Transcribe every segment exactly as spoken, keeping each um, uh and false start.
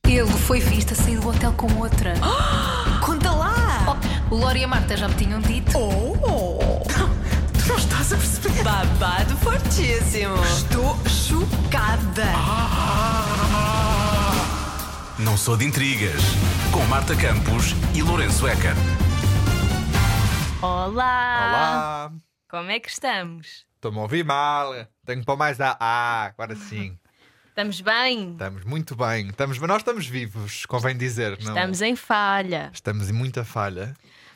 Ele foi visto a sair do hotel com outra. Oh, conta lá! Oh, o Lori e a Marta já me tinham dito. Oh! Tu não estás a perceber? Babado fortíssimo. Estou chocada. Não sou de intrigas. Com Marta Campos e Lourenço Ecker. Olá! Olá! Como é que estamos? Estou-me a ouvir mal. Tenho que pôr mais a. Ah, agora sim. Estamos bem? Estamos muito bem. Estamos... Nós estamos vivos, convém dizer. Não? Estamos em falha. Estamos em muita falha.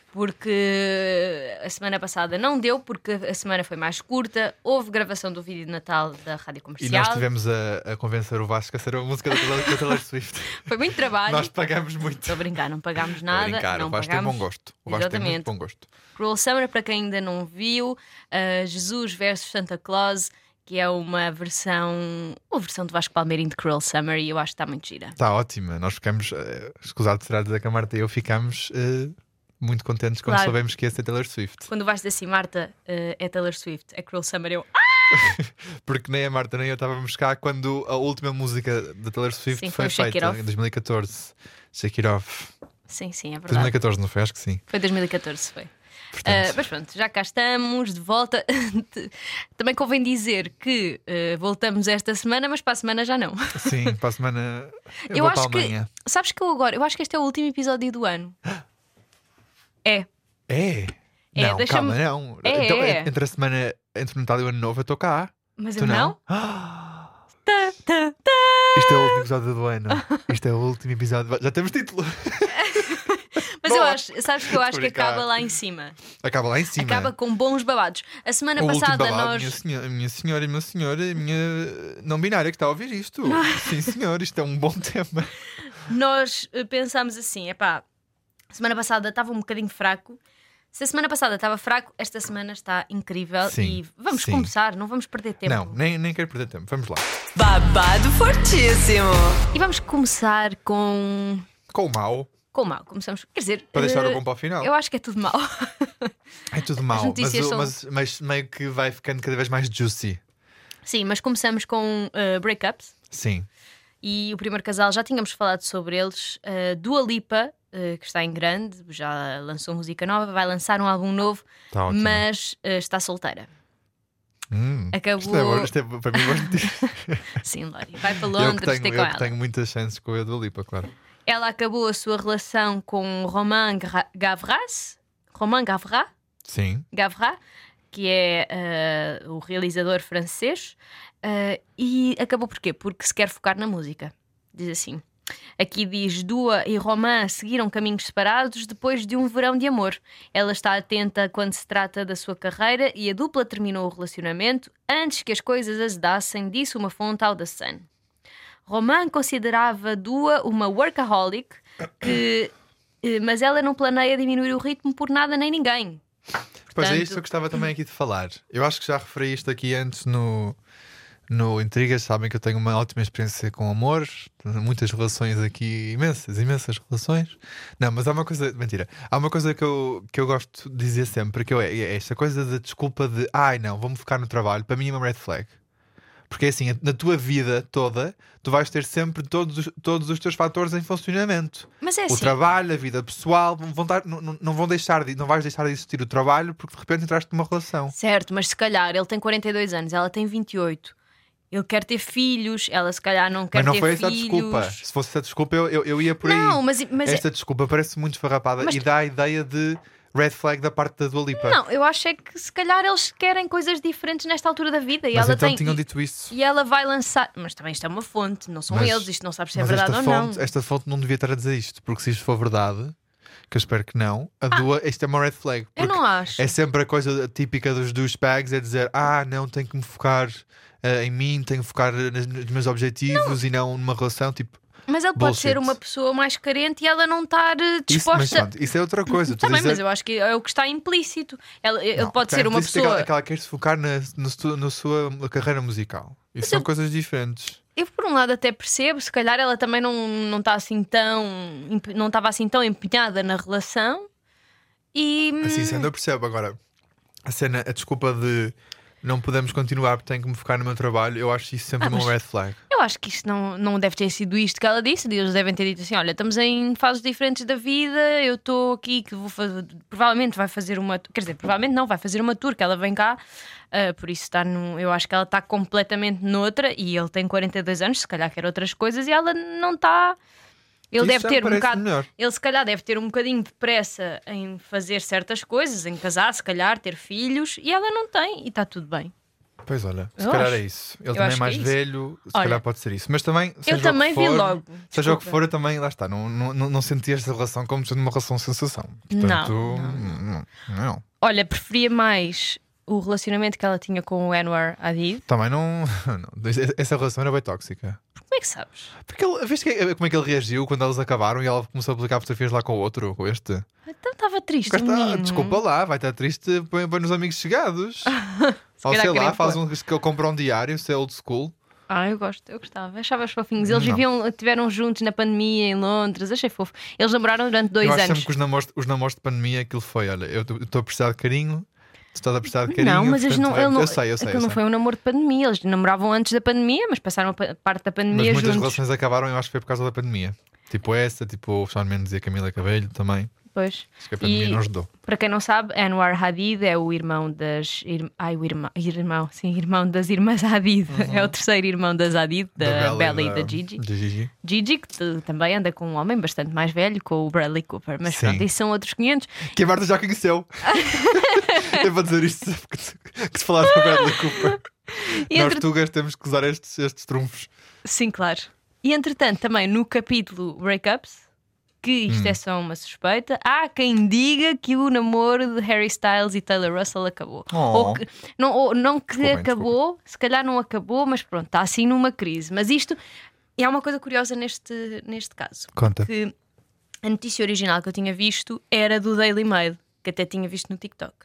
Porque a semana passada não deu, porque a semana foi mais curta. Houve gravação do vídeo de Natal da Rádio E Comercial. nós estivemos a, a convencer o Vasco a ser a música da Taylor, da Taylor Swift. Foi muito trabalho. Nós pagamos muito. Estou a brincar, não pagámos nada. Estou a brincar, não o Vasco pagámos... tem bom gosto. O Vasco tem muito bom gosto. Cruel Summer, para quem ainda não viu, uh, Jesus versus Santa Claus, que é uma versão, uma versão do Vasco Palmeirinho de Cruel Summer, e eu acho que está muito gira. Está ótima. Nós ficamos, uh, escusado será dizer que a Marta e eu ficamos uh, muito contentes quando Claro. soubemos que ia ser Taylor Swift. Quando vais dizer assim, Marta, uh, é Taylor Swift, é Cruel Summer, eu... Porque nem a Marta nem eu estávamos cá quando a última música da Taylor Swift Sim, foi, foi o Shake It feita Off. em dois mil e catorze. Shake It Off. Sim, sim, é verdade. dois mil e catorze, não foi? Acho que sim. Foi dois mil e catorze, foi. Portanto, Uh, mas pronto, já cá estamos, de volta. Também convém dizer que uh, voltamos esta semana, mas para a semana já não. sim, para a semana eu, Eu vou acho para a que. Alemanha. Sabes que eu agora. Eu acho que este é o último episódio do ano. É. É? É, Não, deixa-me- calma, não. É, então, é. entre a semana, entre o Natal e o Ano Novo, eu estou cá. Mas Tu eu não? Ah, Tá, tá, tá. isto é o último episódio do ano. Isto é o último episódio. Já temos título. Mas Boa. eu acho, sabes que eu acho que Obrigado. acaba lá em cima. Acaba lá em cima. Acaba com bons babados. A semana o último passada babado, nós. minha, senhora, minha senhora e meu senhor, a minha não binária que está a ouvir isto. Sim, senhor, isto é um bom tema. Nós eh, pensámos assim: epá, semana passada estava um bocadinho fraco. Se a semana passada estava fraco, esta semana está incrível. Sim, e vamos sim. começar, não vamos perder tempo. Não, nem, nem quero perder tempo. Vamos lá. Babado fortíssimo. E vamos começar com. Com o mau, Com o mal. Começamos. Quer dizer. para deixar eh, o bom para o final. Eu acho que é tudo mau. É tudo mau, mas, notícias o- são- mas, mas meio que vai ficando cada vez mais juicy. Sim, mas começamos com eh, breakups. Sim. E o primeiro casal, já tínhamos falado sobre eles. Uh, Dua Lipa, uh, que está em grande, já lançou música nova, vai lançar um álbum novo, Está ótimo. mas uh, está solteira. Hum, Acabou. Isto é, bom, isto é para mim boas notícias. Sim, Lori, vai para Eu Londres que tenho, ter com eu ela. que tenho muitas chances com a Dua Lipa, claro. Ela acabou a sua relação com Romain Gra- Gavras, Romain Gavras, Sim. Gavras, que é uh, o realizador francês, uh, e acabou por quê? Porque se quer focar na música. Diz assim. Aqui diz: Dua e Romain seguiram caminhos separados depois de um verão de amor. Ela está atenta quando se trata da sua carreira e a dupla terminou o relacionamento antes que as coisas azedassem, disse uma fonte ao The Sun. Romain considerava Dua uma workaholic, que, eh, mas ela não planeia diminuir o ritmo por nada nem ninguém. Pois é, Portanto- isto eu gostava também aqui de falar. Eu acho que já referi isto aqui antes no, no Intrigas. Sabem que eu tenho uma ótima experiência com amor, muitas relações aqui, imensas, imensas relações. Não, mas há uma coisa, mentira, há uma coisa que eu, que eu gosto de dizer sempre, que eu, é, é esta coisa da desculpa de ai não, vou-me focar no trabalho, para mim é uma red flag. Porque é assim, na tua vida toda, tu vais ter sempre todos, os- todos os teus fatores em funcionamento. Mas é O assim. trabalho, a vida pessoal, vão estar, não, não- não vão deixar de, não vais deixar de existir o trabalho porque de repente entraste numa relação. Certo, mas se calhar ele tem quarenta e dois anos, ela tem vinte e oito. Ele quer ter filhos, ela se calhar não quer Mas não ter foi essa a filhos. desculpa. Se fosse essa desculpa, eu, eu, eu ia por aí. Não, mas, mas é- Esta desculpa parece muito farrapada Mas- e dá a ideia de red flag da parte da Dua Lipa. não, eu acho é que se calhar eles querem coisas diferentes nesta altura da vida. E Mas ela então tem, tinham e, dito isso. e ela vai lançar. Mas também isto é uma fonte, não são Mas- eles, isto não sabes se é Mas verdade esta ou fonte, não. esta fonte não devia estar a dizer isto, porque se isto for verdade, que eu espero que não, a Dua, isto é uma red flag. Eu porque não acho. É sempre a coisa típica dos douchebags, é dizer ah, não, tenho que me focar eh, em mim, tenho que focar nas- nos meus objetivos e não numa relação, tipo. Mas ele pode bullshit. ser uma pessoa mais carente e ela não estar eh, Isso, mas disposta. pronto, isso é outra coisa. Tu Tá bem, dizer- mas eu acho que é o que está implícito. Ela, ele Não, pode tá ser uma implícito que pessoa. ela, que ela quer se focar na, no, su- na sua carreira musical. Isso são eu- coisas diferentes. Eu por um lado até percebo, se calhar ela também não não está assim tão empe- não estava assim tão empenhada na relação e Assim sendo, eu percebo. Agora, a cena, a desculpa de não podemos continuar porque tenho que me focar no meu trabalho. Eu acho isso sempre Ah, uma mas- red flag. Eu acho que isto não, não deve ter sido isto que ela disse. Eles devem ter dito assim: olha, estamos em fases diferentes da vida. Eu estou aqui que vou fazer. Provavelmente vai fazer uma. Quer dizer, provavelmente não, vai fazer uma tour que ela vem cá. ah, por isso está num. Eu acho que ela está completamente noutra. E ele tem quarenta e dois anos, se calhar quer outras coisas. E ela não está. Ele Isso deve já ter me um parece bocado. melhor. Ele se calhar deve ter um bocadinho de pressa em fazer certas coisas, em casar, se calhar, ter filhos. E ela não tem. E está tudo bem. Pois olha, se Eu calhar acho. é isso. Ele Eu também acho é que mais é isso. velho, se Olha, calhar pode ser isso. Mas também, seja Eu o que também vi for, logo. Seja o que Desculpa. for, eu também, lá está, não, não, não, não senti esta relação como sendo uma relação de sensação. Portanto, Não, não, não. Olha, preferia mais o relacionamento que ela tinha com o Anwar Hadid. Também não, não. Essa relação era bem tóxica. Como é que sabes? Porque ele, viste que- como é que ele reagiu quando elas acabaram e ela começou a publicar fotografias lá com o outro, com este? Então estava triste, Cá está, menino. desculpa lá, vai estar triste, põe, põe nos amigos chegados. Ou calhar sei lá, querem faz pôr. um que ele compra um diário, se é old school. Ah, eu gosto, eu gostava. Achava os fofinhos. Eles Não. viviam, estiveram juntos na pandemia em Londres. Achei fofo. Eles namoraram durante dois eu acho anos. sempre que os namoros, os namoros de pandemia aquilo foi, olha, eu estou a precisar de carinho, tu estás a precisar de carinho. Não, mas eles portanto, não, vai- ele não, eu sei, eu sei. aquilo eu não sei. foi um namoro de pandemia. Eles namoravam antes da pandemia, mas passaram a pa- parte da Mas pandemia muitas juntos. relações acabaram, eu acho que foi por causa da pandemia. Tipo essa, tipo o Shawn Mendes e a Camila Cabello também. Pois. Acho que a pandemia E- não ajudou. Para quem não sabe, Anwar Hadid é o irmão das. ir- Ai, o irmão, irmão, sim, irmão das irmãs Hadid. É o terceiro irmão das Hadid, da, Bella e da Gigi. Da Gigi. Gigi, que t- também anda com um homem bastante mais velho, com o Bradley Cooper. Mas Sim. pronto, isso são outros quinhentos. Que a Marta já conheceu. Eu vou dizer isto porque se- que se falar do Bradley Cooper. E Nós entre- tugas temos que usar estes, estes trunfos. Sim, claro. E entretanto, também no capítulo Breakups, que isto Hum. é só uma suspeita, há quem diga que o namoro de Harry Styles e Taylor Russell acabou. Oh. Ou que, não, ou, não que Desculpem, acabou, se calhar não acabou, mas pronto, está assim numa crise. Mas isto e há uma coisa curiosa neste, neste caso. Conta. Que a notícia original que eu tinha visto era do Daily Mail, que até tinha visto no TikTok.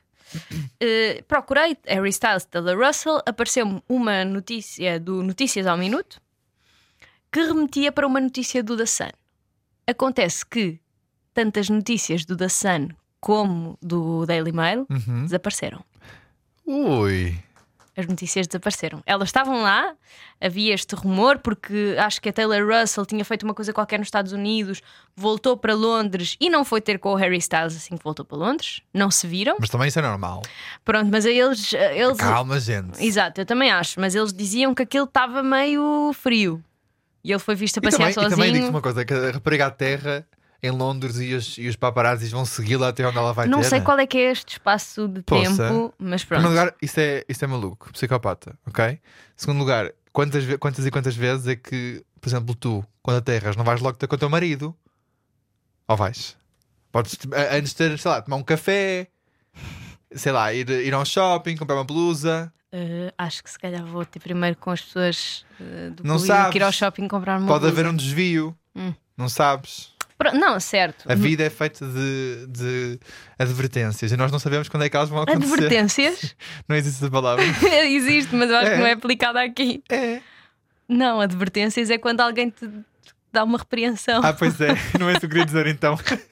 Eh, procurei Harry Styles e Taylor Russell, apareceu-me uma notícia do Notícias ao Minuto que remetia para uma notícia do The Sun. Acontece que tantas notícias do The Sun como do Daily Mail Uhum. desapareceram. Ui. As notícias desapareceram. Elas estavam lá, havia este rumor, porque acho que a Taylor Russell tinha feito uma coisa qualquer nos Estados Unidos, voltou para Londres e não foi ter com o Harry Styles assim que voltou para Londres. Não se viram. Mas também isso é normal. Pronto, mas aí eles. eles... Calma, gente. Exato, eu também acho, mas eles diziam que aquilo estava meio frio. E ele foi visto a E passear também, e sozinho. também digo-te uma coisa: que a rapariga à terra em Londres e os, e os paparazzis vão segui-la até onde ela vai Não ter. sei qual é que é este espaço de Poça. tempo, mas Em pronto. primeiro lugar, isso é, isso é maluco, psicopata, ok? Segundo lugar, quantas, ve- quantas e quantas vezes é que, por exemplo, tu, quando aterras, não vais logo ter com o teu marido? Ou vais? Podes, a- antes de ter, sei lá, tomar um café, sei lá, ir, ir a um shopping, comprar uma blusa. Uh, acho que se calhar vou ter primeiro com as pessoas uh, do Não Polido sabes. que ir ao shopping comprar uma Pode blusa. haver um desvio, Hum. não sabes? Pro- Não, certo. A vida é feita de, de advertências e nós não sabemos quando é que elas vão acontecer. Advertências? Não existe essa palavra. Existe, mas eu acho É. que não é aplicada aqui. É. Não, advertências é quando alguém te dá uma repreensão. Ah, pois é. Não é isso que eu queria dizer então.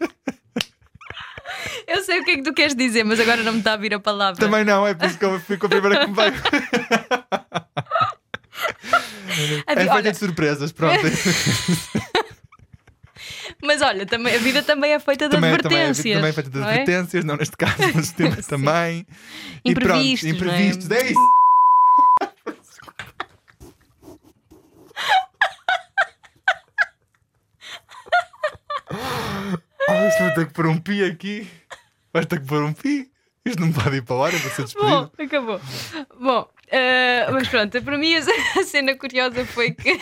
Eu sei o que é que tu queres dizer, mas agora não me está a vir a palavra. Também não, é por isso que eu fui com a primeira que me veio. A É vi- feita olha, de surpresas, pronto. mas olha, também, a vida também é feita de também, também, é, advertências. também é feita de não é? advertências, não neste caso, mas tema Sim. também. Imprevistos, E pronto, imprevistos, não é? é isso. Oh, isto vai ter que pôr um pi aqui. Vais ter que pôr um pi. Isto não pode ir para a hora, vou ser despedido. Bom, acabou. Bom, eh, mas pronto, para mim a cena curiosa foi que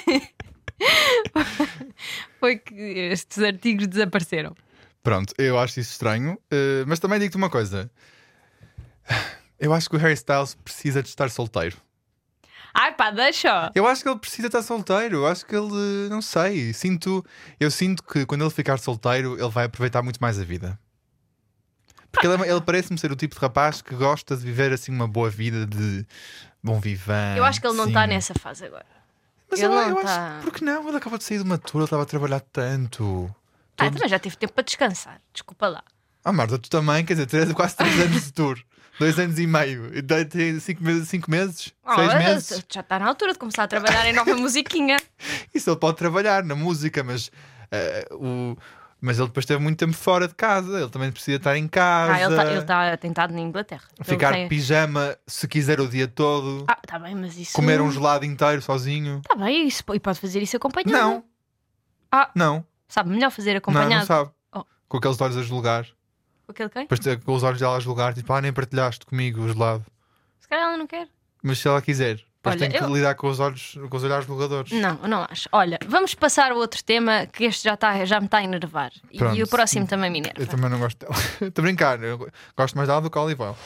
foi que estes artigos desapareceram. Pronto, eu acho isso estranho, eh, mas também digo-te uma coisa. Eu acho que o Harry Styles precisa de estar solteiro. Ai pá, deixa! Eu acho que ele precisa estar solteiro. Eu acho que ele, não sei, sinto, eu sinto que quando ele ficar solteiro, ele vai aproveitar muito mais a vida. Porque ele, é- ele parece-me ser o tipo de rapaz que gosta de viver assim uma boa vida de bom vivant. Eu acho que ele não sim. está nessa fase agora. Mas ele eu, não eu tá- acho, porque não? Ele acaba de sair de uma tour, ele estava a trabalhar tanto. Ah, Todo- também já teve tempo para descansar. Desculpa lá. Ah, Marta, tu também, quer dizer, três, quase três anos de tour. Dois anos e meio. E tem cinco meses, cinco meses Oh, seis mas meses. já está na altura de começar a trabalhar em nova musiquinha. Isso ele pode trabalhar na música, mas, eh, o... mas ele depois teve muito tempo fora de casa. Ele também precisa estar em casa. Ah, ele está ele tá tentado na Inglaterra. Ficar Ele de tem- pijama se quiser o dia todo. Ah, está bem, mas isso. Comer um gelado inteiro sozinho. Está bem, isso, e pode fazer isso acompanhado. Não. Ah. Não. Sabe melhor fazer Não, acompanhado. não sabe. Oh. Com aqueles olhos a julgar. Aquele quem? Depois ter- com os olhos dela a julgar. Tipo, ah, nem partilhaste comigo o gelado. Se calhar ela não quer. Mas se ela quiser, depois Olha, tem que eu- lidar com os olhos, com os olhares julgadores. Não, não acho. Olha, vamos passar a outro tema que este já, tá, já me está a enervar. Pronto. E o próximo também me Eu enerva. também não gosto dela. Estou a brincar. Eu gosto mais dela do que a Olive Oil.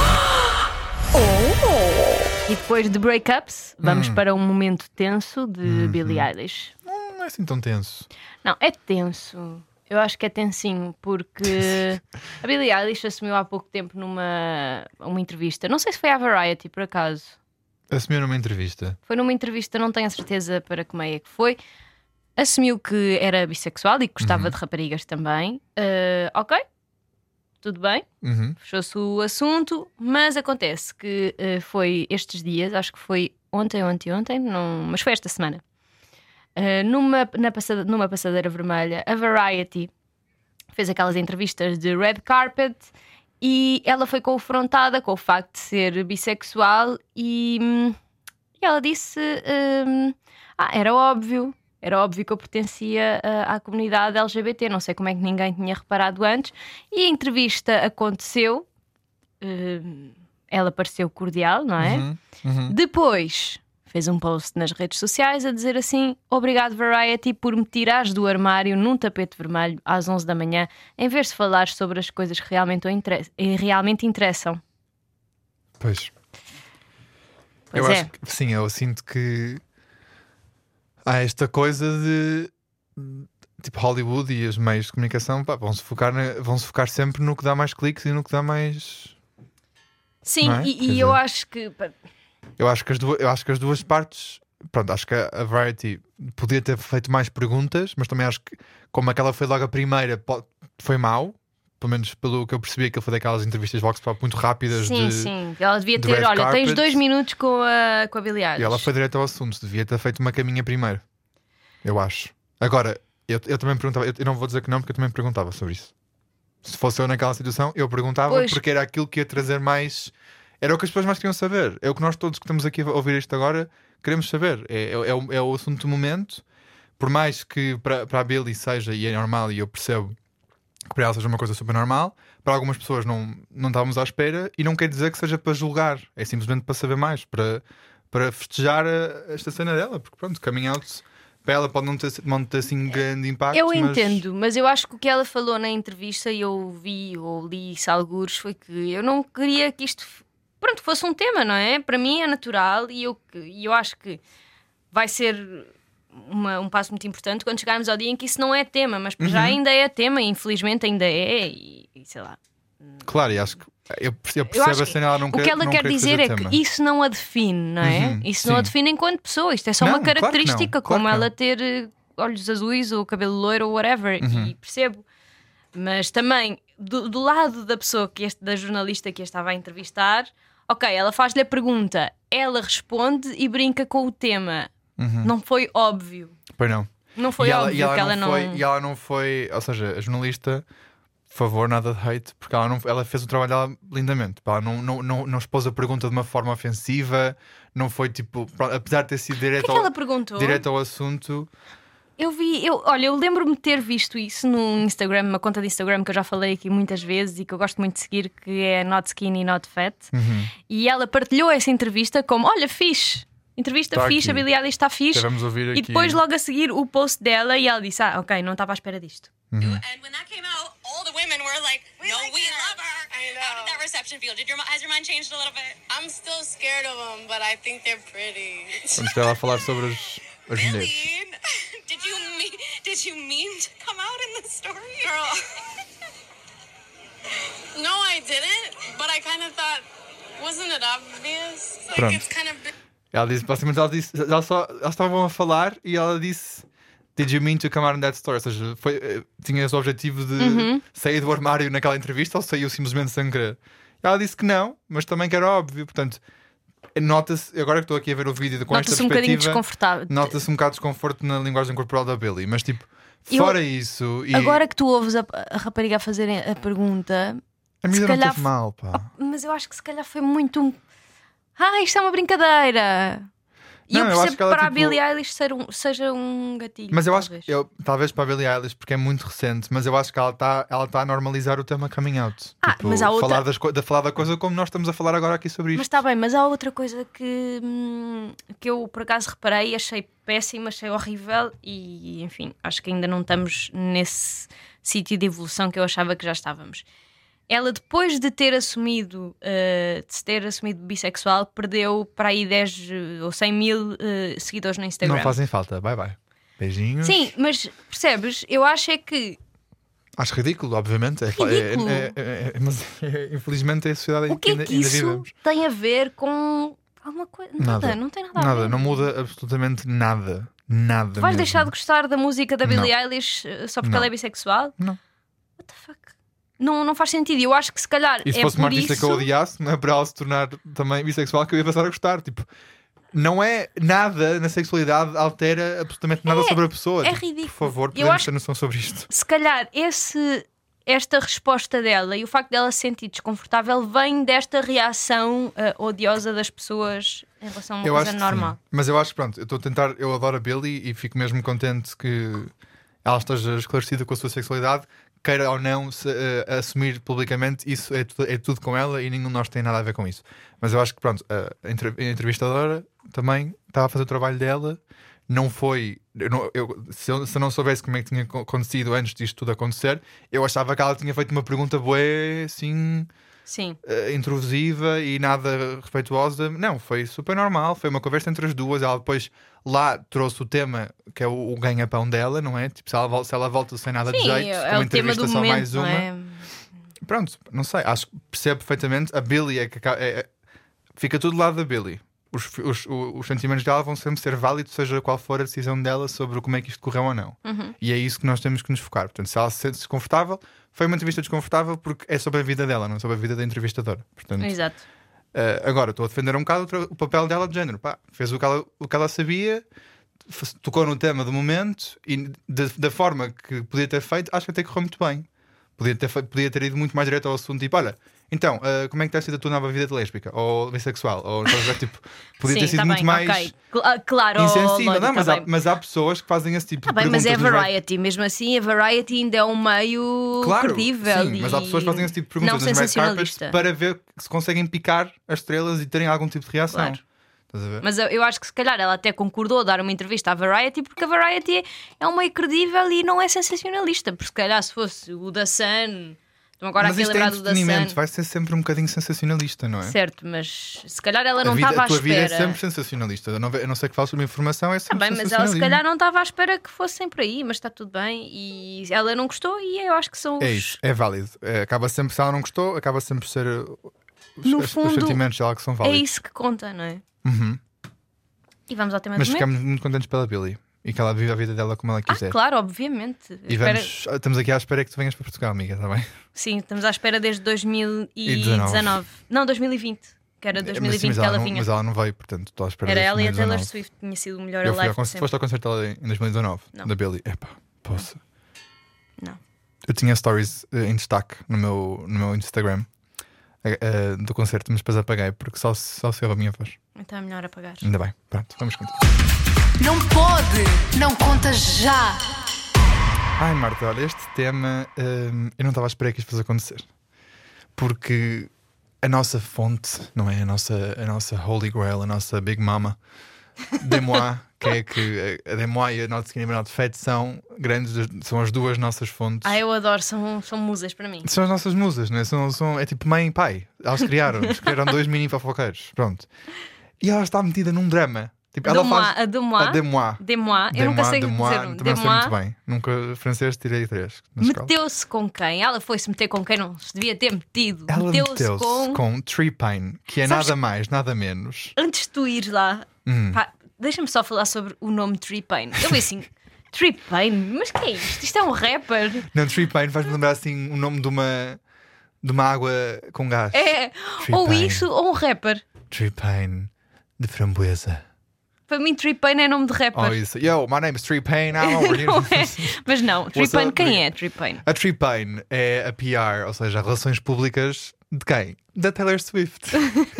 E depois de breakups, vamos Hum. para um momento tenso de Uhum. Billie Eilish. Não é assim tão tenso. Não, é tenso. Eu acho que é tensinho, porque a Billie Eilish assumiu há pouco tempo numa uma entrevista. Não sei se foi à Variety, por acaso. Assumiu numa entrevista. Foi numa entrevista, não tenho a certeza para que meio é que foi. Assumiu que era bissexual e que gostava Uhum. de raparigas também. Ah, ok, tudo bem. Uhum. Fechou-se o assunto, mas acontece que eh, foi estes dias, acho que foi ontem, ontem, ontem, não, mas foi esta semana, Eh, numa, na passade- numa passadeira vermelha, a Variety fez aquelas entrevistas de red carpet e ela foi confrontada com o facto de ser bissexual e, hum, e ela disse: hum, ah, era óbvio. Era óbvio que eu pertencia ah, à comunidade L G B T, não sei como é que ninguém tinha reparado antes. E a entrevista aconteceu, hum, ela pareceu cordial, não é? Uhum. Uhum. Depois fez um post nas redes sociais a dizer assim: obrigado Variety por me tirares do armário num tapete vermelho às onze da manhã, em vez de falar sobre as coisas que realmente, o inter- eh, realmente interessam. Pois. Pois eu é. acho que sim, eu sinto que há esta coisa de tipo Hollywood e os meios de comunicação pá, vão-se focar, na- vão-se focar sempre no que dá mais cliques e no que dá mais. Sim, Não é? e, Quer e eu dizer- acho que. pá, Eu acho que as duas, eu acho que as duas partes. Pronto, acho que a a Variety podia ter feito mais perguntas, mas também acho que, como aquela foi logo a primeira, po- foi mau. Pelo menos pelo que eu percebi, aquilo foi daquelas entrevistas Vox Pop muito rápidas. Sim, de... sim. Ela devia de ter, red olha, tens carpet. dois minutos com a, com a Billie Eilish. E ela foi direto ao assunto, devia ter feito uma caminha primeiro. Eu acho. Agora, eu, eu também perguntava, eu, eu não vou dizer que não, porque eu também perguntava sobre isso. Se fosse eu naquela situação, eu perguntava Pois. porque era aquilo que ia trazer mais. Era o que as pessoas mais queriam saber. É o que nós todos que estamos aqui a ouvir isto agora queremos saber. É, é, é, o, é o assunto do momento. Por mais que para, para a Billie seja, e é normal, e eu percebo que para ela seja uma coisa super normal, para algumas pessoas não, não estávamos à espera, e não quer dizer que seja para julgar, é simplesmente para saber mais, para, para festejar a- esta cena dela, porque pronto, coming out para ela pode não ter, não ter assim grande impacto. Eu mas... entendo, mas eu acho que o que ela falou na entrevista, e eu vi ou li isso algures, foi que eu não queria que isto pronto, fosse um tema, não é? Para mim é natural e eu, e eu acho que vai ser uma- um passo muito importante quando chegarmos ao dia em que isso não é tema, mas para já Uhum. ainda é tema, e infelizmente ainda é, e, e sei lá. Claro, e acho que eu percebo, eu Eu percebo acho a cena, ela não O quer, que ela não quer quer dizer fazer é tema. que isso não a define, não é? Uhum, Isso não a sim. define enquanto pessoa, isto é só Não, uma claro que não, característica, claro como que ela não. ter eh, olhos azuis ou cabelo loiro ou whatever, Uhum. e percebo. Mas também, do, do lado da pessoa, que este, da jornalista que a estava a entrevistar, ok, ela faz-lhe a pergunta, ela responde e brinca com o tema. Uhum. Não foi óbvio. Pois não. Não foi e ela, óbvio e ela que ela não não. foi, e ela não foi, ou seja, a jornalista, por favor, nada de hate, porque ela, não, ela fez o trabalho dela lindamente. Pá, não, não, não, não expôs a pergunta de uma forma ofensiva, não foi tipo, pronto, apesar de ter sido O que é direto, que ao, ela perguntou? direto ao assunto. Eu vi, eu, olha, eu lembro-me de ter visto isso no Instagram, uma conta de Instagram que eu já falei aqui muitas vezes e que eu gosto muito de seguir, que é Not Skinny, Not Fat. Uhum. E ela partilhou essa entrevista como: olha, fixe, entrevista Tá fixe, aqui. a Billie Eilish está fixe. Vamos ouvir aqui. E depois, logo a seguir, o post dela, e ela disse: ah, ok, não estava à espera disto. Uhum. And when that came out, all the women were like, "No, we love her." I know. How did that reception feel? Did your has your mind changed a little bit? I'm still scared of them, but I think they're pretty. Vamos ter ela a falar sobre as, as mulheres. Really? Did you mean did you mean to come out in the story? Girl. No, I didn't, but I kind of thought, wasn't it obvious? Like, Pronto. it's kind of. Ela disse, basicamente, ela disse, ela só, elas estavam a falar e ela disse: Did you mean to come out in that story? Ou seja, foi, eh, tinha esse objetivo de Uhum. sair do armário naquela entrevista ou saiu simplesmente sem querer? Ela disse que não, mas também que era óbvio. Portanto, nota-se, agora que estou aqui a ver o vídeo com esta Nota-se um bocadinho perspectiva, desconfortável. nota-se um bocado de desconforto na linguagem corporal da Billie. Mas tipo, Eu- fora isso e Agora que tu ouves a, a rapariga a fazer a pergunta, a miúda se não calhar teve mal, pá. mas eu acho que se calhar foi muito um. Ah, isto é uma brincadeira. E Não, eu eu percebo acho que que ela, para a tipo- Billie Eilish ser um- seja um gatilho. Mas eu acho talvez. que eu, talvez para a Billie Eilish, porque é muito recente, mas eu acho que ela está ela tá a normalizar o tema coming out. Ah, Tipo, mas há outra- falar, das, co- de falar da coisa como nós estamos a falar agora aqui sobre isto. Mas está bem, mas há outra coisa que, hum, que eu por acaso reparei, achei péssima, achei horrível e enfim, acho que ainda não estamos nesse sítio de evolução que eu achava que já estávamos. Ela, depois de ter assumido uh, de se ter assumido bissexual, perdeu para aí dez ou cem mil uh, seguidores no Instagram. Não fazem falta, bye bye. Beijinhos. Sim, mas percebes? Eu acho é que Acho ridículo, obviamente. É, Ridículo. é- é- é- é- mas é, infelizmente é a sociedade em o que é ainda, que ainda isso vivemos. tem a ver com alguma coisa? Nada, Nada. não tem nada a Nada, ver. não muda absolutamente nada. Nada. Tu vais mesmo. deixar de gostar da música da Billie Não. Eilish uh, só porque Não. ela é bissexual? Não. What the fuck? Não, não faz sentido. Eu acho que se calhar E se é fosse por uma artista isso... que eu odiasse, não é para ela se tornar também bissexual que eu ia passar a gostar. Tipo, não é nada na sexualidade altera absolutamente nada É, sobre a pessoa. é Tipo, ridículo. Por favor, Eu podemos acho- ter noção sobre isto. Se calhar esse, esta resposta dela e o facto dela se sentir desconfortável vem desta reação uh, odiosa das pessoas em relação a uma Eu coisa acho que normal. sim. Mas eu acho que pronto, eu estou a tentar, eu adoro a Billie e fico mesmo contente que ela esteja esclarecida com a sua sexualidade, queira ou não se, eh, assumir publicamente, isso é, tu- é tudo com ela e nenhum de nós tem nada a ver com isso. Mas eu acho que pronto, a, entre- a entrevistadora também estava a fazer o trabalho dela, não foi. Eu não- eu- se, eu, se eu não soubesse como é que tinha co- acontecido antes disto tudo acontecer, eu achava que ela tinha feito uma pergunta bué assim. Sim. Uh, intrusiva e nada respeituosa. Não, foi super normal. Foi uma conversa entre as duas. Ela depois lá trouxe o tema que é o, o ganha-pão dela, não é? Tipo, se ela, vol- se ela volta sem nada de Sim, jeito, é uma o tema entrevista do só momento, mais não uma. é? Pronto, não sei. Acho que percebo perfeitamente. A Billie é que aca- é- é- fica tudo do lado da Billie. Os, os, os, os sentimentos dela vão sempre ser válidos, seja qual for a decisão dela sobre como é que isto correu ou não. Uhum. E é isso que nós temos que nos focar. Portanto, se ela se sente desconfortável, foi uma entrevista desconfortável porque é sobre a vida dela, não é sobre a vida da entrevistadora. Portanto, Exato. Uh, agora, estou a defender um bocado o, o papel dela de género. Pá, fez o que ela, o que ela sabia, f- tocou no tema do momento e de- da forma que podia ter feito, acho que até correu muito bem. Podia ter, fe- podia ter ido muito mais direto ao assunto, tipo, olha, então, uh, como é que tem sido a tua nova vida de lésbica? Ou bissexual? Ou, tipo, podia Sim, ter sido tá muito bem, mais ok. Cl- ah, claro, insensível. Lodi, Não, mas, tá há, bem. mas há pessoas que fazem esse tipo Tá de bem, mas é a perguntas. nos Variety, mesmo assim a Variety ainda é um meio Claro, credível. sim, mas há pessoas que fazem esse tipo de perguntas não nas red carpets sensacionalista. para ver se conseguem picar as estrelas e terem algum tipo de reação. Claro. Estás a ver? Mas eu, eu acho que se calhar ela até concordou a dar uma entrevista à Variety porque a Variety é, é um meio credível e não é sensacionalista. Porque se calhar se fosse o da Sun, estou agora Mas aqui a isto é lembrar do da entretenimento, Sun. vai ser sempre um bocadinho sensacionalista, não é? Certo, mas se calhar ela não a, vida, estava à a tua vida espera. é sempre sensacionalista. A não, a não ser que fales sobre uma informação, é Tá sempre bem, mas ela se sensacionalismo. calhar não estava à espera que fosse sempre aí, mas está tudo bem. E ela não gostou e eu acho que são os... É isso, é válido. É, acaba sempre, se ela não gostou, acaba sempre por ser uh, os, No os- os fundo, sentimentos dela que são É válidos. isso que conta, não é? Uhum. E vamos ao tema Mas do momento. ficamos muito contentes pela Billie e que ela vive a vida dela como ela Ah, quiser. claro, obviamente. E Espera- vamos, estamos aqui à espera que tu venhas para Portugal, amiga, está bem? Sim, estamos à espera desde dois mil e dezanove. dezanove. Não, dois mil e vinte. Que era dois mil e Mas, sim, vinte mas que ela ela não, vinha. mas ela não veio, portanto, estou à espera Era de ela e a Taylor dois mil e dezanove. Swift. Tinha sido o melhor Eu fui live ao de concerto, sempre. foste ao concerto dela em dois mil e dezanove, Não. da Billie. Epá, poça. Não. Eu tinha stories eh, em destaque no meu, no meu Instagram eh, eh, do concerto, mas depois apaguei porque só, só se ouve a minha voz. Então é melhor apagar. Ainda bem, pronto, vamos continuar. Não pode! Não conta já! Ai, Marta, olha, este tema hum, eu não estava a esperar que isto fosse acontecer. Porque a nossa fonte, não é? A nossa, a nossa Holy Grail, a nossa Big Mama, Demois, que é que a Demois e a Not Skinny But Not Fat são grandes, são as duas nossas fontes. Ah, eu adoro, são, são musas para mim. São as nossas musas, não é? São, são, é tipo mãe e pai. Elas criaram, eles criaram dois mini fofoqueiros. Pronto. E ela está metida num drama. Tipo, ela Demois, faz a Demois. a Demois. Demois. Eu nunca sei Demois, dizer um. também não sei Demois. muito bem. Nunca francês tirei três na escola. Meteu-se com quem? Ela foi-se meter com quem não se devia ter metido. Ela Meteu-se meteu-se com... com... Tree Pine, que é Sabes- nada mais, nada menos. Antes de tu ires lá, Hum. pá, deixa-me só falar sobre o nome Tree Pain. Eu vi assim, Tree Pain? Mas que é isto? Isto é um rapper? Não, Tree Pine faz-me lembrar assim o nome de uma de uma água com gás. É, Tree ou Paine. isso, ou um rapper. Tree Paine de framboesa. Para mim, Tree Paine é nome de rapper. Oh, isso. Yo, my name is Tree Paine. I'm over here. Não é? Mas não, Tree What's Paine, up, quem Tree? é Tree Paine? A Tree Paine é a P R, ou seja, relações públicas de quem? Da Taylor Swift.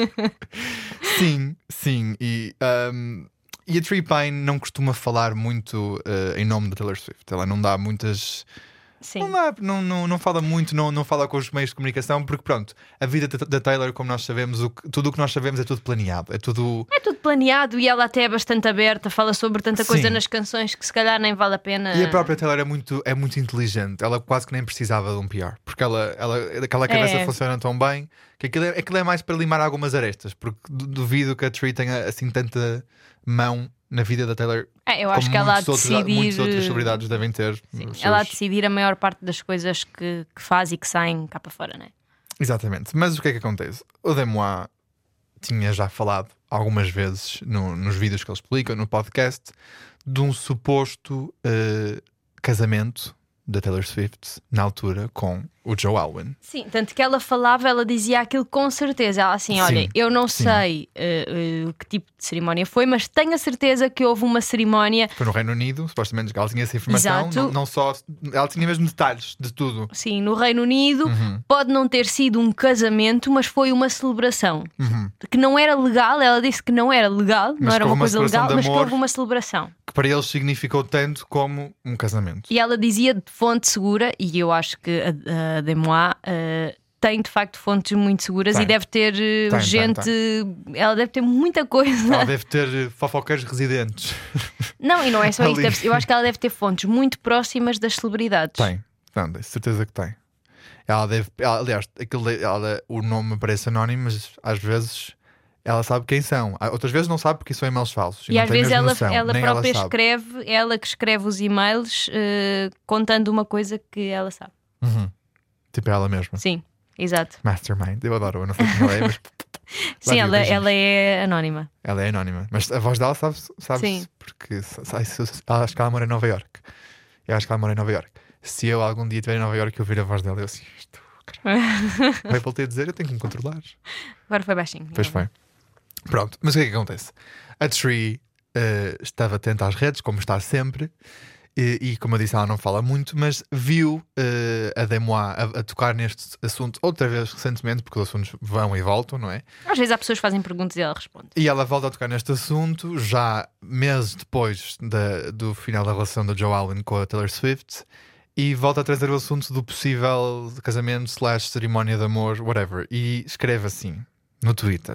Sim, sim. E, um, e a Tree Paine não costuma falar muito uh, em nome da Taylor Swift. Ela não dá muitas. Sim. Não, dá, não, não, não fala muito, não, não fala com os meios de comunicação, porque pronto, a vida da, da Taylor, como nós sabemos, o que, tudo o que nós sabemos é tudo planeado. É tudo. É tudo planeado e ela até é bastante aberta, fala sobre tanta coisa Sim. nas canções que se calhar nem vale a pena. E a própria Taylor é muito, é muito inteligente. Ela quase que nem precisava de um P R, porque ela, ela, aquela cabeça É. funciona tão bem que aquilo é, aquilo é mais para limar algumas arestas, porque du- duvido que a Tree tenha assim tanta mão na vida da Taylor. É, eu acho como que ela há de muitos outros, decidir. muitas outras celebridades devem ter. Sim, nos ela há de seus- decidir a maior parte das coisas que, que faz e que saem cá para fora, não é? Exatamente. Mas o que é que acontece? O Demois tinha já falado algumas vezes no- nos vídeos que eles publicam, no podcast, de um suposto eh, casamento da Taylor Swift na altura com o Joe Alwyn. Sim, tanto que ela falava, ela dizia aquilo com certeza. Ela assim, olha, Sim, eu não sim. sei uh, uh, que tipo de cerimónia foi, mas tenho a certeza que houve uma cerimónia. Foi no Reino Unido, supostamente que ela tinha essa informação. Exato. Não, não só. Ela tinha mesmo detalhes de tudo. Sim, no Reino Unido, Uhum. pode não ter sido um casamento, mas foi uma celebração. Que não era legal, ela disse que não era legal, não Mas era que uma houve uma coisa celebração legal, de mas que amor. houve uma celebração. Que para eles significou tanto como um casamento. E ela dizia de fonte segura, e eu acho que a, a Demois uh, tem de facto fontes muito seguras Tem. e deve ter uh, Tem, gente. tem, Ela deve ter muita coisa. Ela deve ter fofoqueiros residentes. Não, e não é só isso. Ali. Deve- eu acho que ela deve ter fontes muito próximas das celebridades. Tem, não, tenho certeza que tem. Ela deve, ela- aliás, aquilo, ela, o nome parece anónimo, mas às vezes ela sabe quem são. Há- Outras vezes não sabe porque são e-mails falsos. E não às tem vezes mesmo ela, noção, ela nem própria sabe. escreve, ela que escreve os e-mails uh, contando uma coisa que ela sabe. Uhum. Tipo ela mesma. Sim, exato. Mastermind, eu adoro, eu não sei como ela é, mas Sim, you, ela, beijinhos. ela é anónima. ela é anónima. Mas a voz dela sabe-se, sabe Sim. porque sa- sa- sa- ela- acho que ela mora em Nova York. Eu acho que ela mora em Nova York. Se eu algum dia estiver em Nova York e ouvir a voz dela, eu assim, isto, caralho. Vai voltar a dizer, eu tenho que me controlar. Agora foi baixinho. Pois foi. Pronto, mas o que é que acontece? A Tree eh, estava atenta às redes, como está sempre, e, e como eu disse, ela não fala muito, mas viu eh, a Demois a, a tocar neste assunto outra vez recentemente, porque os assuntos vão e voltam, não é? Às vezes há pessoas que fazem perguntas e ela responde. E ela volta a tocar neste assunto já meses depois da- do final da relação da Joe Alwyn com a Taylor Swift. E volta a trazer o assunto do possível casamento slash cerimónia de amor, whatever. E escreve assim no Twitter,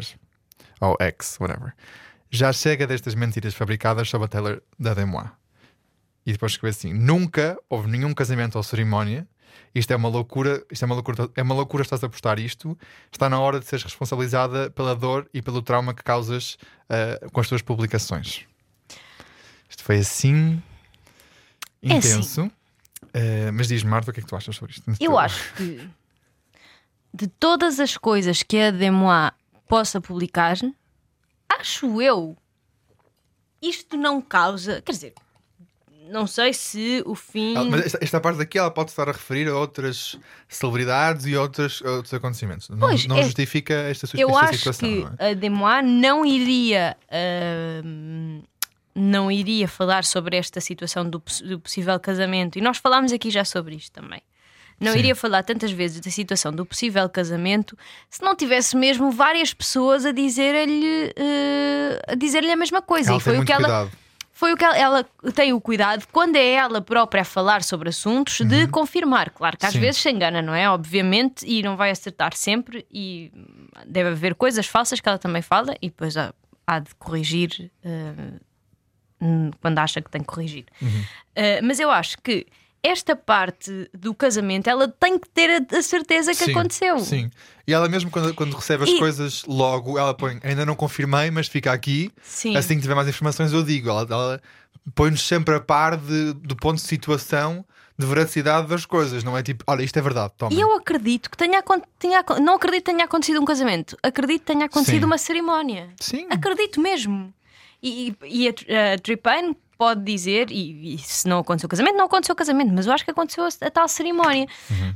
ou X, whatever: já chega destas mentiras fabricadas sobre a Taylor da Demois. E depois escreve assim: nunca houve nenhum casamento ou cerimónia. Isto é uma loucura, isto é uma loucura, é uma loucura estás a postar isto. Está na hora de seres responsabilizada pela dor e pelo trauma que causas uh, com as tuas publicações. Isto foi assim É intenso. Uh, mas diz-me, Marta, o que é que tu achas sobre isto? Eu acho que de todas as coisas que a Demois possa publicar, acho eu, isto não causa. Quer dizer, não sei se o fim. Ah, mas esta, esta parte daqui ela pode estar a referir a outras celebridades e outros, outros acontecimentos. Não, Pois, não é- justifica esta, esta Eu acho situação. que Não é? a Demois não iria ahm, não iria falar sobre esta situação do, poss- do possível casamento, e nós falámos aqui já sobre isto também. Não Sim. iria falar tantas vezes da situação do possível casamento se não tivesse mesmo várias pessoas a dizer-lhe eh, a dizer-lhe a mesma coisa. Ela e foi tem o muito que ela cuidado. foi o que ela, ela tem o cuidado, quando é ela própria a falar sobre assuntos, de confirmar. Claro que às Uhum. Sim. vezes se engana, não é? Obviamente, e não vai acertar sempre, e deve haver coisas falsas que ela também fala, e depois há, há de corrigir eh, hum, quando acha que tem que corrigir. Uhum. Eh, mas eu acho que esta parte do casamento ela tem que ter a, a certeza que Sim, aconteceu. Sim. E ela mesmo quando, quando recebe as E- coisas logo, ela põe, ainda não confirmei, mas fica aqui. Sim. Assim que tiver mais informações eu digo. Ela, ela põe-nos sempre a par de, do ponto de situação, de veracidade das coisas. Não é tipo, olha, isto é verdade, toma. E eu acredito que tenha, acon- tenha acon- não acredito que tenha acontecido um casamento, acredito que tenha acontecido Sim. uma cerimónia. Sim. Acredito mesmo. E, e, e a, a Tree Paine pode dizer, e, e se não aconteceu o casamento, não aconteceu o casamento, mas eu acho que aconteceu a, a tal cerimónia. Uhum.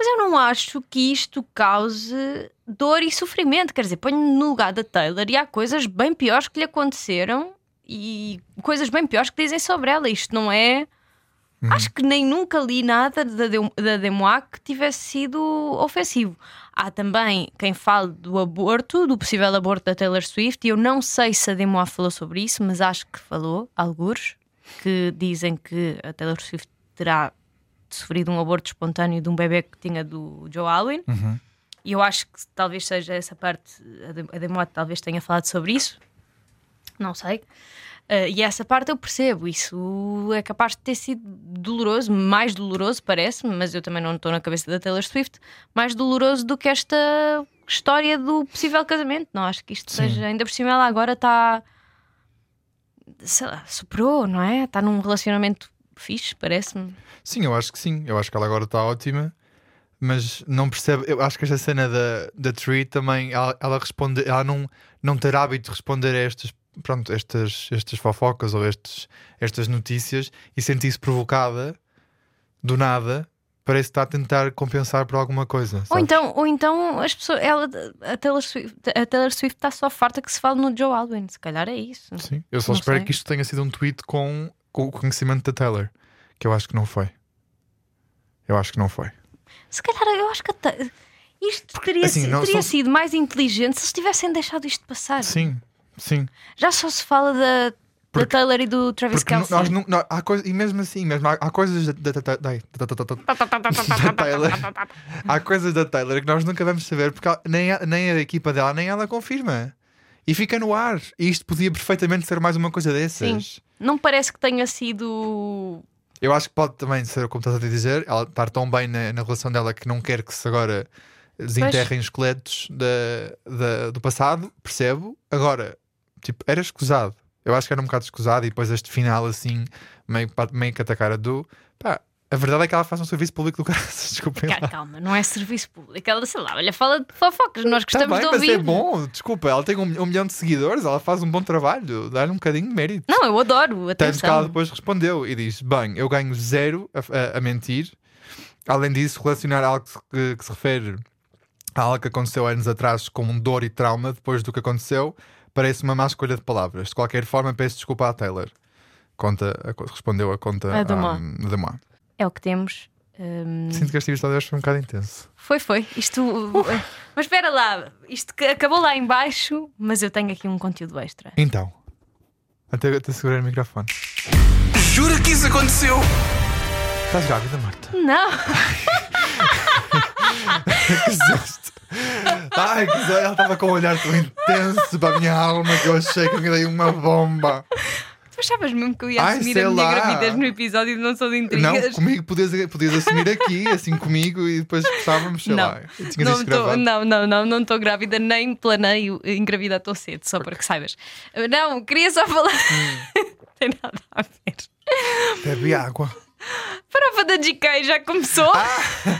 Mas eu não acho que isto cause dor e sofrimento. Quer dizer, ponho-me no lugar da Taylor e há coisas bem piores que lhe aconteceram e coisas bem piores que dizem sobre ela. Isto não é... Uhum. Acho que nem nunca li nada da, da Demois que tivesse sido ofensivo. Há também quem fale do aborto, do possível aborto da Taylor Swift, e eu não sei se a Demois falou sobre isso, mas acho que falou, algures, que dizem que a Taylor Swift terá sofrido um aborto espontâneo de um bebê que tinha do Joe Alwyn. Uhum. E eu acho que talvez seja essa parte, a Demois talvez tenha falado sobre isso, não sei. Uh, e essa parte eu percebo, isso é capaz de ter sido doloroso, mais doloroso parece-me, mas eu também não estou na cabeça da Taylor Swift, mais doloroso do que esta história do possível casamento. Não acho que isto Sim. seja, ainda por cima ela agora está, sei lá, superou, não é? Está num relacionamento fixe, parece-me. Sim, eu acho que sim, eu acho que ela agora está ótima, mas não percebe. Eu acho que esta cena da, da Tree também, ela, ela responde, ela não, não ter hábito de responder a estas, pronto, estas, estas fofocas ou estes, estas notícias e sentir-se provocada do nada, parece estar a tentar compensar por alguma coisa. Ou sabes? então, ou então as pessoas, ela, a, Taylor Swift, a Taylor Swift está só farta que se fale no Joe Alwyn, se calhar é isso. Sim, eu só Não espero sei. que isto tenha sido um tweet com, com o conhecimento da Taylor, que eu acho que não foi. Eu acho que não foi. Se calhar eu acho que a Ta- isto teria, assim, si- não teria sou- sido mais inteligente se eles tivessem deixado isto passar. Sim, sim. Já só se fala da, da Porque- Taylor e do Travis Porque Kelce. nós não, não- há coisa, e mesmo assim, mesmo há, há coisas da, da, da, da, da, da, da, da Taylor, há coisas da Taylor que nós nunca vamos saber porque ela- nem, a, nem a equipa dela nem ela confirma e fica no ar. E isto podia perfeitamente ser mais uma coisa dessas. Sim. Não parece que tenha sido. Eu acho que pode também ser, como estás a dizer, ela estar tão bem na, na relação dela que não quer que se agora desenterrem os esqueletos da, da, do passado, percebo. Agora, tipo, era escusado. Eu acho que era um bocado escusado e depois este final assim, meio, meio que atacar a do. Pá, a verdade é que ela faz um serviço público do cara. Desculpem lá. Calma, calma, não é serviço público. Ela, sei lá, olha, fala de fofocas. Nós Tá gostamos bem, de mas ouvir. é bom, desculpa, ela tem um, um milhão de seguidores, ela faz um bom trabalho, dá-lhe um bocadinho de mérito. Não, eu adoro. Tanto que ela Atenção. depois respondeu e diz: bem, eu ganho zero a, a- a mentir. Além disso, relacionar algo que, se- que- que se refere a algo que aconteceu anos atrás como um dor e trauma depois do que aconteceu, parece uma má escolha de palavras. De qualquer forma, peço desculpa à Taylor. Conta, a- respondeu a conta A Demois. à- Demois. É o que temos. Hum, Sinto que este episódio hoje foi um bocado intenso. Foi, foi. Isto. Mas espera lá, isto que acabou lá em baixo, mas eu tenho aqui um conteúdo extra. Então, até, até segurar o microfone. Jura que isso aconteceu? Estás grávida, Marta? Não, Que susto. Ai, que susto. Ela estava com um olhar tão intenso para a minha alma que eu achei que me dei uma bomba. tu achavas mesmo que eu ia Ai, assumir sei a minha lá. gravidez no episódio de Não Sou de Não, Intrigas? comigo podias, podias assumir aqui, assim comigo, e depois gostávamos, sei Não. lá. Eu tinha Não isto estou, gravado. não, não, não, não estou grávida, nem planeio engravidar tão cedo, só para que saibas. Não, queria só falar. Hum. Tem nada a ver. Bebe água. Farofa da G K já começou. Ah,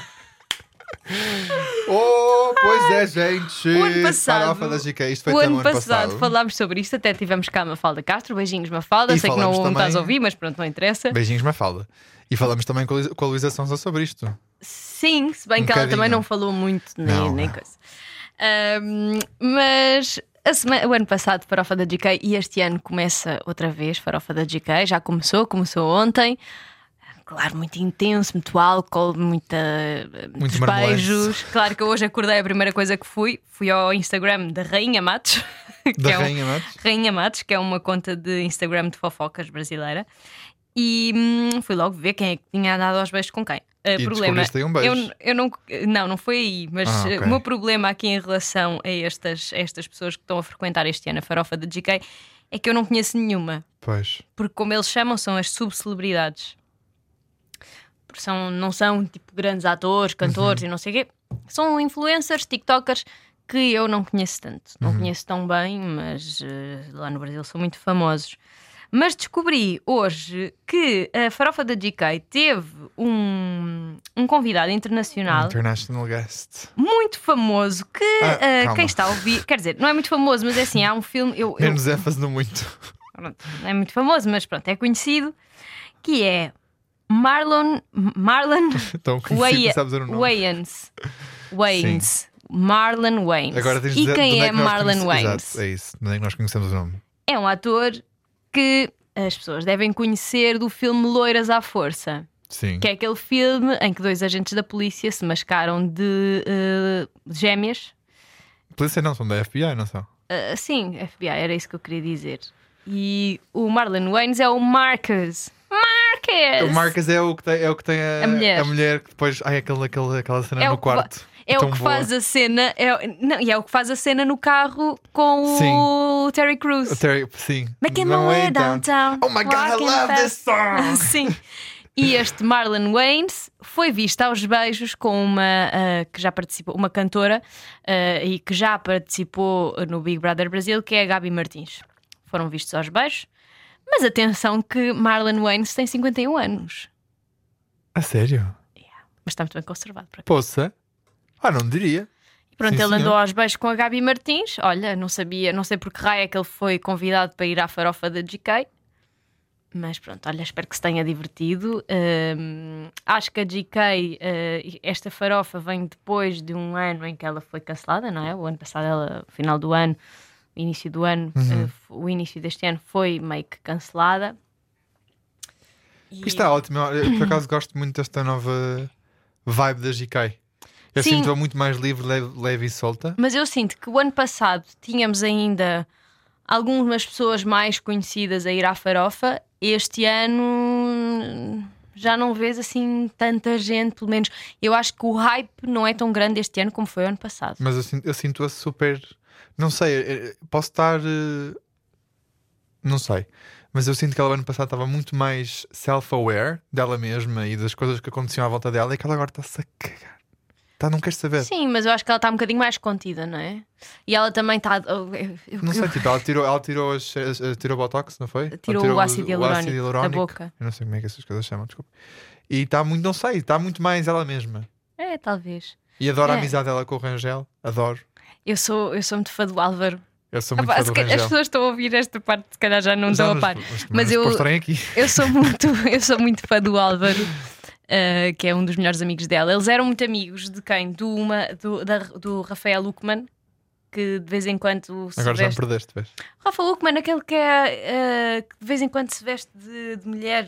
Oh, pois é, gente. O ano passado- Farofa da G K. Isto foi O tão ano ano passado, passado. falámos sobre isto, até tivemos cá a Mafalda Castro. Beijinhos, Mafalda. E Sei que não falamos também- estás a ouvir, mas pronto, não interessa. Beijinhos, Mafalda. E falamos também com a Luísa- com a Luísa Sonza sobre isto. Sim, se bem Um que ela bocadinho. também não falou muito, nem, Não, nem não. coisa. Ahm, mas a semana, o ano passado, Farofa da G K, e este ano começa outra vez, Farofa da G K. Já começou, começou ontem. Claro, muito intenso, muito álcool, muita, muitos marmelada. beijos. Claro que eu hoje acordei, a primeira coisa que fui, fui ao Instagram da Rainha Matos. que Da é um- Rainha Matos. Rainha Matos, que é uma conta de Instagram de fofocas brasileira. E hum, fui logo ver quem é que tinha andado aos beijos com quem. Uh, E problema, descobriste aí um beijo. eu, eu não, não, não foi aí, mas Ah, uh, ok. o meu problema aqui em relação a estas, a estas pessoas que estão a frequentar este ano a Farofa da G K é que eu não conheço nenhuma. Pois. Porque, como eles chamam, são as subcelebridades. Porque são, não são tipo grandes atores, cantores Uhum. e não sei o quê. São influencers, tiktokers que eu não conheço tanto. Não Uhum. conheço tão bem, mas uh, lá no Brasil são muito famosos. Mas descobri hoje que a Farofa da G K teve um, um convidado internacional International Guest. muito famoso que Ah, uh, calma. quem está a ouvir, quer dizer, não é muito famoso, mas é assim, há um filme. Eu, eu, Menos ênfase no muito. pronto, não é muito famoso, mas pronto, é conhecido, que é Marlon Marlon Tão conhecido, Way- sabes o nome. Wayans. Wayans. Marlon Wayans. Agora tens de E dizer quem de onde é que nós Marlon conhece- Wayans? Exato, é isso. De onde é que nós conhecemos o nome? É um ator que as pessoas devem conhecer do filme Loiras à Força, Sim. que é aquele filme em que dois agentes da polícia se mascaram de eh, gêmeas. Polícia não, são da F B I, não são? Uh, sim, F B I, era isso que eu queria dizer. E o Marlon Wayans é o Marcus. Marcus! O Marcus é o que tem, é o que tem a, A mulher. mulher que depois. Ai, aquela, aquela, aquela cena É no o que fa- quarto. É Tão o que boa. faz a cena. É, não, e é o que faz a cena no carro com Sim. o Terry Crews. O Terry, sim. Making my No way way down. downtown. Oh my God, I walking love fast. this song. Sim. E este Marlon Wayans foi visto aos beijos com uma ah, que já participou, uma cantora ah, e que já participou no Big Brother Brasil, que é a Gabi Martins. Foram vistos aos beijos. Mas atenção que Marlon Wayans tem cinquenta e um anos. A sério? Mas está muito bem conservado. Por aqui. Poça? Ah, não diria. E pronto, Sim, ele andou senhor. aos beijos com a Gabi Martins. Olha, não sabia, não sei por que raio é que ele foi convidado para ir à farofa da G K. Mas pronto, olha, espero que se tenha divertido. Hum, acho que a G K, uh, esta farofa vem depois de um ano em que ela foi cancelada, não é? O ano passado, ela, final do ano, o início do ano, Uhum. uh, o início deste ano foi meio que cancelada. E- Isto está ótimo. Eu, por acaso, gosto muito desta nova vibe da G K. Eu Sim. sinto-a muito mais livre, leve, leve e solta. Mas eu sinto que o ano passado tínhamos ainda algumas pessoas mais conhecidas a ir à farofa. Este ano já não vês assim tanta gente, pelo menos. Eu acho que o hype não é tão grande este ano como foi o ano passado. Mas eu, sinto- eu sinto-a super. Não sei, eh, posso estar. eh, Não sei. Mas eu sinto que ela ano passado estava muito mais self-aware dela mesma e das coisas que aconteciam à volta dela, e que ela agora está-se a cagar. Tá, não queres saber? Sim, mas eu acho que ela está um bocadinho mais contida, não é? E ela também está. eu- eu- eu- Não sei, tipo, ela tirou, ela tirou, as, as- tirou o Botox, não foi? Tirou Ela o ácido hialurónico da hialurónico. boca. Eu não sei como é que essas coisas chamam, desculpa. E está muito, não sei, está muito mais ela mesma. É, talvez. E adoro a É. amizade dela com o Rangel, adoro. Eu sou, eu sou muito fã do Álvaro. Eu sou muito Ah, pá, fã se do calhar- as Rangel. pessoas estão a ouvir esta parte, se calhar já não estão a nos- par. mas, Mas eu, postarem aqui. eu sou muito, eu sou muito fã do Álvaro, uh, que é um dos melhores amigos dela. Eles eram muito amigos de quem? Do, uma, do, da- do Rafael Luckman, que de vez em quando se Agora já me veste. perdeste, vês? Rafael Luckman, aquele que é uh, que de vez em quando se veste de, de mulher.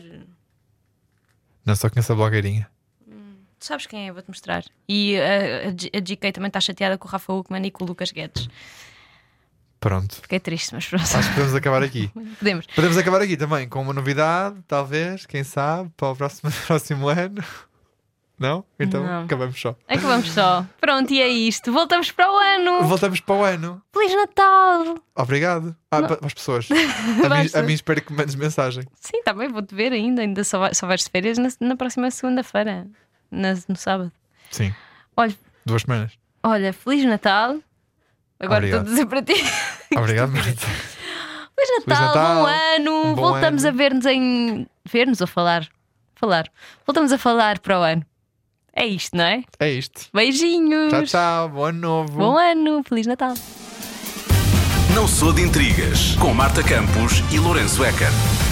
Não, só conheço a blogueirinha. Tu sabes quem é? Vou-te mostrar. E uh, a, G- a G K também está chateada com o Rafael Luckman e com o Lucas Guedes. Pronto. Fiquei triste, mas pronto. Acho que podemos acabar aqui. Podemos. Podemos acabar aqui também com uma novidade, talvez, quem sabe, para o próximo, próximo ano. Não? Então Não. acabamos só. Acabamos só. Pronto, e é isto. Voltamos para o ano. Voltamos para o ano. Feliz Natal! Obrigado. Ah, para as pessoas. A mim, Basta. a mim espero que me mandes mensagem. Sim, também vou-te ver ainda. Ainda só, vai, só vais de férias na, na próxima segunda-feira, na- no sábado. Sim. Olha, Duas semanas. olha, Feliz Natal. Agora estou a Obrigado. dizer para ti. Obrigado, Marta. Feliz Natal, Natal, bom ano. um bom Voltamos ano. a ver-nos em. Ver-nos ou falar? Falar. Voltamos a falar para o ano. É isto, não é? É isto. Beijinhos. Tchau, tchau. Bom ano novo. Bom ano. Feliz Natal. Não sou de intrigas com Marta Campos e Lourenço Eker.